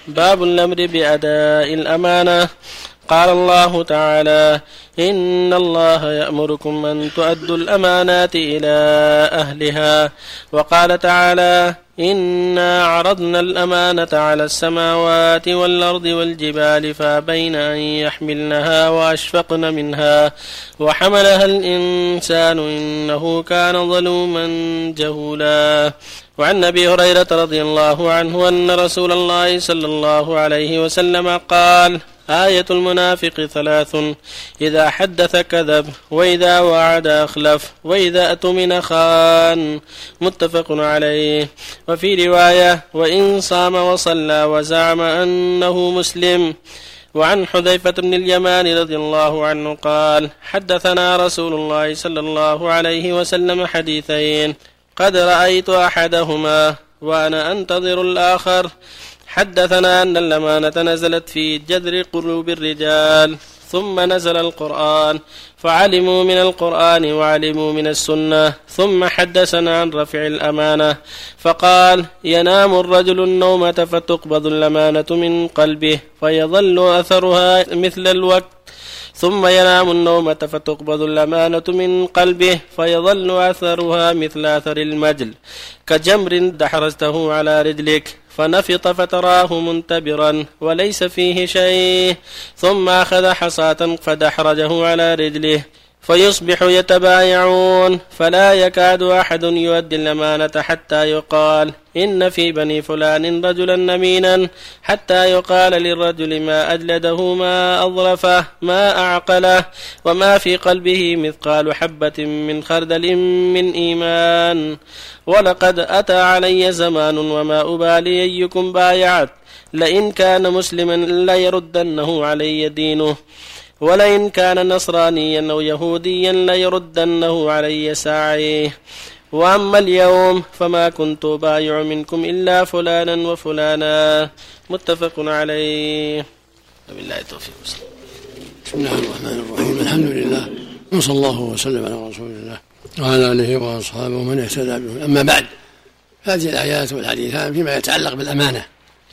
باب الأمر بأداء الأمانة. قال الله تعالى: إن الله يأمركم أن تؤدوا الأمانات إلى أهلها. وقال تعالى: إنا عرضنا الأمانة على السماوات والأرض والجبال فأبين أن يحملنها وأشفقن منها وحملها الإنسان إنه كان ظلوما جهولا. وعن أبي هريرة رضي الله عنه أن رسول الله صلى الله عليه وسلم قال: آية المنافق 3: إذا حدث كذب، وإذا وعد أخلف، وإذا أؤتمن خان. متفق عليه. وفي رواية: وإن صام وصلى وزعم أنه مسلم. وعن حذيفة بن اليمان رضي الله عنه قال: حدثنا رسول الله صلى الله عليه وسلم حديثين قد رأيت أحدهما وأنا أنتظر الآخر. حدثنا أن الأمانة نزلت في جذر قلوب الرجال، ثم نزل القرآن فعلموا من القرآن وعلموا من السنة. ثم حدثنا عن رفع الأمانة فقال: ينام الرجل النومة فتقبض الأمانة من قلبه فيظل أثرها مثل الوقت، ثم ينام النومة فتقبض الأمانة من قلبه فيظل أثرها مثل أثر المجل كجمر دحرجته على رجلك فنفط فتراه منتبرا وليس فيه شيء، ثم أخذ حصاة فدحرجه على رجله فيصبح يتبايعون فلا يكاد أحد يؤدي الأمانة حتى يقال: إن في بني فلان رجلا نمينا، حتى يقال للرجل: ما أجلده، ما أظرفه، ما أعقله، وما في قلبه مثقال حبة من خردل من إيمان. ولقد أتى علي زمان وما أبالي أيكم بايعت، لئن كان مسلما ليردنه علي دينه، ولئن كان نصرانيا أو يهوديا ليردنه علي ساعيه. وأما اليوم فما كنت بايع منكم إلا فلانا وفلانا. متفق عليه. وبالله التوفيق. بسم الله الرحمن الرحيم. الحمد لله وصلى الله وسلم على رسول الله وعلى آله وأصحابه ومن اهتدى به. أما بعد، هذه الآيات والحديثان فيما يتعلق بالأمانة.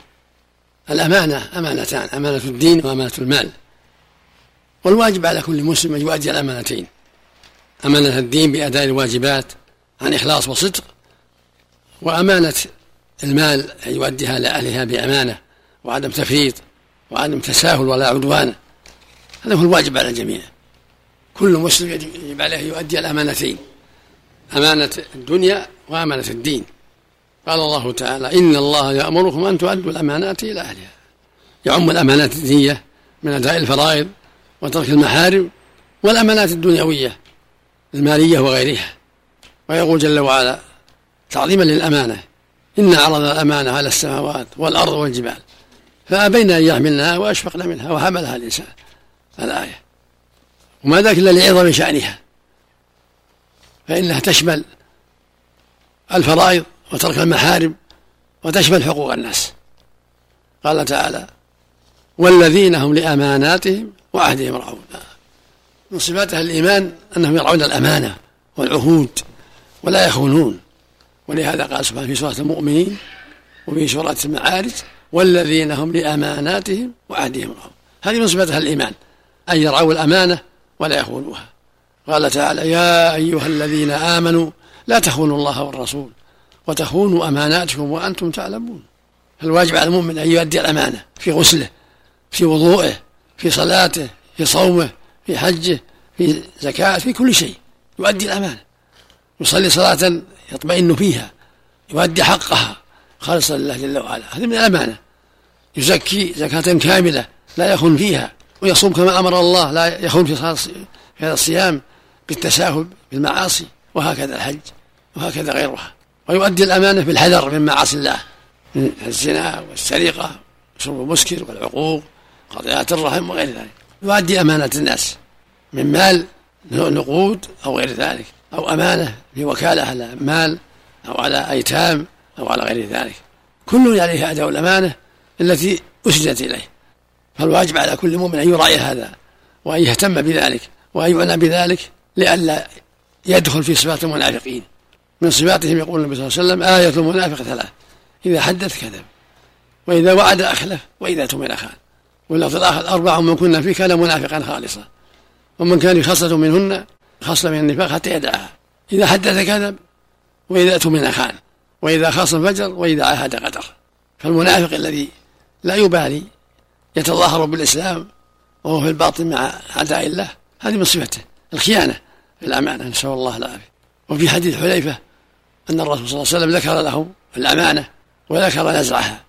الأمانة أمانتان: أمانة الدين وأمانة المال. والواجب على كل مسلم أن يؤدي الأمانتين: أمانة الدين بأداء الواجبات عن إخلاص وصدق، وأمانة المال أن يؤديها لأهلها بأمانة وعدم تفريط وعدم تساهل ولا عدوان. هذا هو الواجب على الجميع. كل مسلم يجب عليه يؤدي الأمانتين: أمانة الدنيا وأمانة الدين. قال الله تعالى: إن الله يأمركم أن تؤدوا الأمانات إلى أهلها. يعم الأمانات الدينية من أداء الفرائض وترك المحارم، والأمانات الدنيوية المالية وغيرها. ويقول جل وعلا تعظيما للأمانة: إن عرضنا الأمانة على السماوات والأرض والجبال فأبين أن يحملنها وأشفقن منها وحملها الإنسان. الآية. وما ذاك إلا لعظم شأنها، فإنها تشمل الفرائض وترك المحارم وتشمل حقوق الناس. قال تعالى: والذين هم لأماناتهم وعهدهم راعون. من صفات أهل الإيمان أنهم يرعون الأمانة والعهود ولا يخونون. ولهذا قال سبحانه في سورة المؤمنين وفي سورة المعارج: والذين هم لأماناتهم وعهدهم راعون. هذه من صفات أهل الإيمان، أن يرعوا الأمانة ولا يخونوها. قال تعالى: يا أيها الذين آمنوا لا تخونوا الله والرسول وتخونوا أماناتكم وأنتم تعلمون. الواجب على المؤمن أن يؤدي الأمانة في غسله، في وضوءه، في صلاته، في صومه، في حجه، في زكاة، في كل شيء يؤدي الأمانة. يصلي صلاة يطمئن فيها، يؤدي حقها خالصا لله جل وعلا، هذه من الأمانة. يزكي زكاة كاملة لا يخون فيها، ويصوم كما أمر الله لا يخون في هذا الصيام بالتساهل بالمعاصي، وهكذا الحج وهكذا غيرها. ويؤدي الأمانة بالحذر من معاصي الله، من الزنا والسرقة وشرب المسكر والعقوق قطيعة الرحم وغير ذلك. يؤدي أمانة الناس من مال نقود أو غير ذلك، أو أمانة في وكالة على مال أو على أيتام أو على غير ذلك. كل عليه أداء الأمانة التي أسجت إليه. فالواجب على كل مؤمن أن يراعي هذا وأن يهتم بذلك وأن يعنى بذلك لئلا يدخل في صفات المنافقين. من صفاتهم يقول النبي صلى الله عليه وسلم: آية المنافق 3: إذا حدث كذب، وإذا وعد أخلف، وإذا اؤتمن خان. واللفظ الآخر 4 من كنا فيه كان منافقا خالصا، ومن كان خصلة منهن خصلة من النفاق حتى يدعها، إذا حدث كذب، وإذا اؤتمن خان، وإذا خاصم فجر، وإذا عاهد غدر. فالمنافق الذي لا يبالي يتظاهر بالإسلام وهو في الباطن مع أعداء الله، هذه من صفته الخيانة في الأمانة، نسأل الله العافية. وفي حديث حذيفة أن الرسول صلى الله عليه وسلم ذكر له الأمانة وذكر نزعها،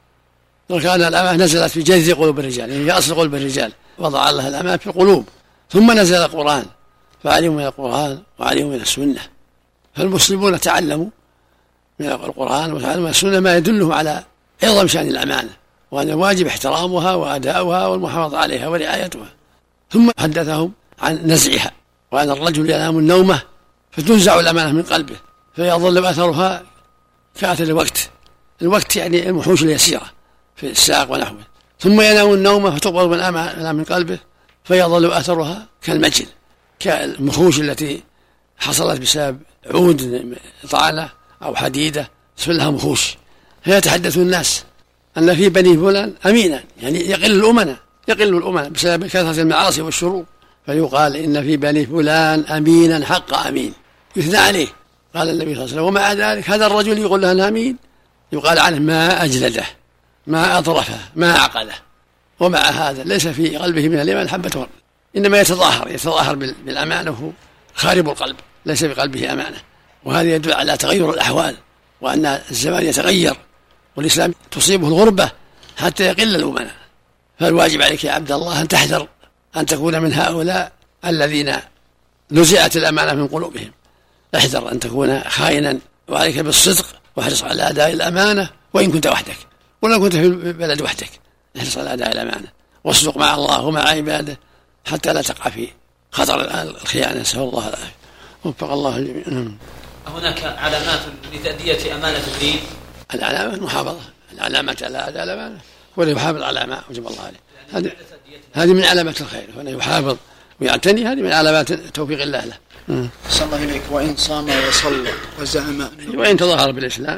وكان الأمانة نزلت في جذر قلوب الرجال، يعني في أصل قلوب الرجال، وضع الله الأمانة في القلوب، ثم نزل القرآن فعلموا من القرآن وعلموا من السنة. فالمسلمون تعلموا من القرآن وتعلموا من السنة ما يدلهم على عظم شأن الأمانة، وأن الواجب احترامها وأداؤها والمحافظة عليها ورعايتها. ثم حدثهم عن نزعها، وأن الرجل ينام النومة فتنزع الأمانة من قلبه فيظل أثرها كأثر الوقت يعني المحوش اليسيرة في الساق ونحوه، ثم ينام النومة فتقبض من قلبه فيظل أثرها كالمجل، كالمخوش التي حصلت بسبب عود طعنة أو حديدة لها مخوش. فيتحدث الناس أن في بني فلان أمينا، يعني يقل الأمناء بسبب كثرة المعاصي والشرور، فيقال إن في بني فلان أمينا حق أمين، يثنى عليه. قال النبي صلى الله عليه وسلم: ومع ذلك هذا الرجل يقول له أنه أمين، يقال عنه ما أجلده، ما أطرفه، ما عقله، ومع هذا ليس في قلبه من الإيمان حبة ورد، إنما يتظاهر بالأمانة وهو خارب القلب، ليس بقلبه أمانة. وهذا يدل على تغير الأحوال، وأن الزمان يتغير، والإسلام تصيبه الغربة حتى يقل الأمناء. فالواجب عليك يا عبد الله أن تحذر أن تكون من هؤلاء الذين نزعت الأمانة من قلوبهم. احذر أن تكون خائنا، وعليك بالصدق، واحرص على أداء الأمانة وإن كنت وحدك، ولو كنت في البلد وحدك احرص على أداء الأمانة، واصدق مع الله ومع عباده حتى لا تقع في خطر الخيانة، نسأل الله العافية. وفق الله الجميع. هناك علامات لتأدية أمانة الدين؟ العلامة المحافظة، العلامة على أداء الأمانة، ولا يحافظ على ما أوجب الله عليه، هذه من علامات الخير، وأن يحافظ ويعتني، هذه من علامات توفيق الله له. صلى الله عليك. وإن صام وصلى وزعم، وإن تظاهر بالإسلام،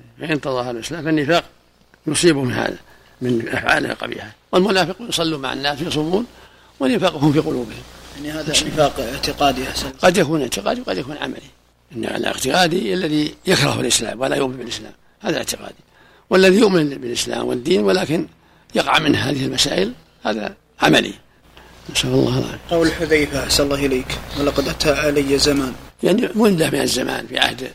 فالنفاق يصيبه من هذا، من أفعاله القبيحة. والمنافق يصلوا مع الناس يصومون ونفاقهم في قلوبهم. يعني هذا نفاق اعتقادي قد يكون اعتقادي وقد يكون عملي. إن الاعتقادي الذي يكره الإسلام ولا يؤمن بالإسلام، هذا اعتقادي. والذي يؤمن بالإسلام والدين ولكن يقع من هذه المسائل، هذا عملي، نسأل الله العافية. قول حذيفة صلى الله عليك: ولقد أتى علي زمان، يعني منذ من الزمان في عهد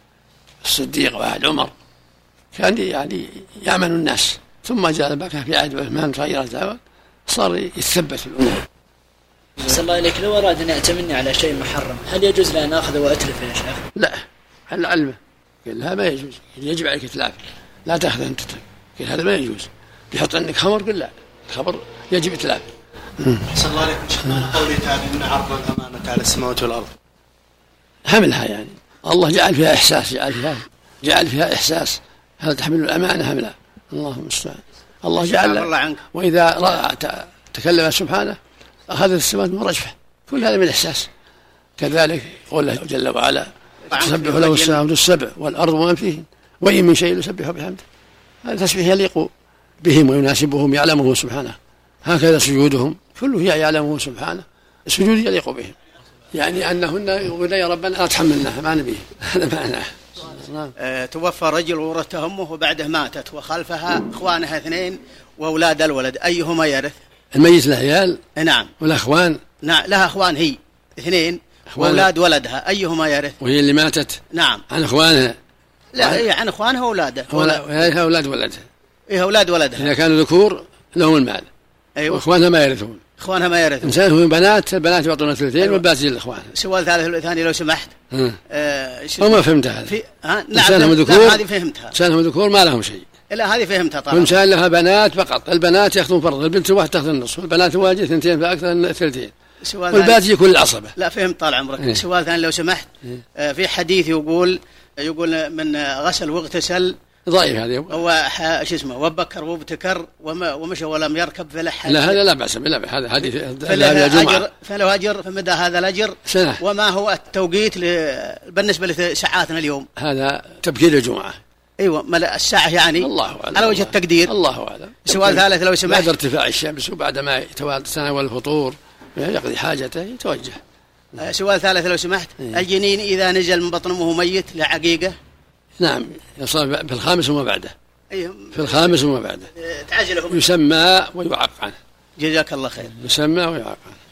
الصديق وعهد عمر كان يعني يأمن الناس، ثم جاء بكى في عهد عثمان تغير الزمان، صار يتثبت الأمور. صلى الله عليك. لو أراد أن يأتمني على شيء محرم، هل يجوز لي أن أخذه وأتلفه يا شيخ؟ لا، على علمه، قال لها ما يجوز، يجب عليك إتلافه، لا تأخذ أنت تتلف، قال هذا ما يجوز. يحط عندك خمر، قل لا، الخبر يجب إتلافه. صلى الله عليكم. قولي تعالى إن عرض الأمانة على السماوات والأرض، حملها يعني الله جعل فيها إحساس، جعل فيها إحساس، هل تحمل الأمانة أم لا؟ اللهم المستعان. الله جعل، وإذا تكلم سبحانه أخذت السماوات من رجفه، كل هذا من الإحساس. كذلك يقول له جل وعلا: تسبح له السماوات السبع والأرض ومن فيهن وإن من شيء يسبح بحمده. هذا تسبيح يليق بهم ويناسبهم، يعلمه سبحانه. هكذا سجودهم كله يعلمه سبحانه، السجود يليق بهم، يعني أنهن يقولون يا ربنا لا تحملنا ما نبيه، هذا معناه. توفى رجل ورثته أمه وبعده ماتت، وخلفها إخوانها 2 وأولاد الولد، أيهما يرث؟ الميت له عيال؟ نعم. والأخوان؟ نعم، لها أخوان هي 2 وأولاد ولدها، أيهما يرث؟ وهي اللي ماتت؟ نعم. عن إخوانها؟ لا، عن إخوانها وأولادها. وهي أولاد ولدها؟ إيه، أولاد ولدها. إذا كانوا ذكور لهم المال. أيوة. وإخوانها ما يرثون. إخوانها ما يرثون. إنسان هم بنات، البنات يعطون 2 أيوة. والباقي للإخوان. سؤال ثاني لو سمحت. وما فهمت هذا. نعم. هذه فهمتها. إنسان ذكور ما لهم شيء. لا، هذه فهمتها طبعا. وإنسان لها بنات فقط، البنات يأخذون فرض، البنت الواحد تأخذ النصف، والبنات الواجد 2 فأكثر من 2. والباقي يكون العصبة. لا، فهمت طال عمرك. سؤال ثاني لو سمحت. في حديث يقول من غسل واغتسل ضعيف هذا، هو شو اسمه، وبكر وابتكر ومشى ولم يركب فله حج. لا، هذا لا بأس به، هذا حديث فله أجر فمدى هذا الأجر سنة. وما هو التوقيت بالنسبة لساعاتنا اليوم؟ هذا تبكير الجمعة، أيوة الساعة يعني الله أعلم على وجه التقدير. الله أعلم. سؤال ثالث لو سمحت. بعد ارتفاع الشمس وبعد ما يتناول الفطور يقضي حاجته يتوجه. سؤال ثالث لو سمحت. الجنين إذا نزل من بطن أمه ميت لعقيقة؟ نعم يصاب في الخامس وما بعده. أيوة في الخامس وما بعده تعجله يسمى ويعق عنه. جزاك الله خير. يسمى ويعق عنه.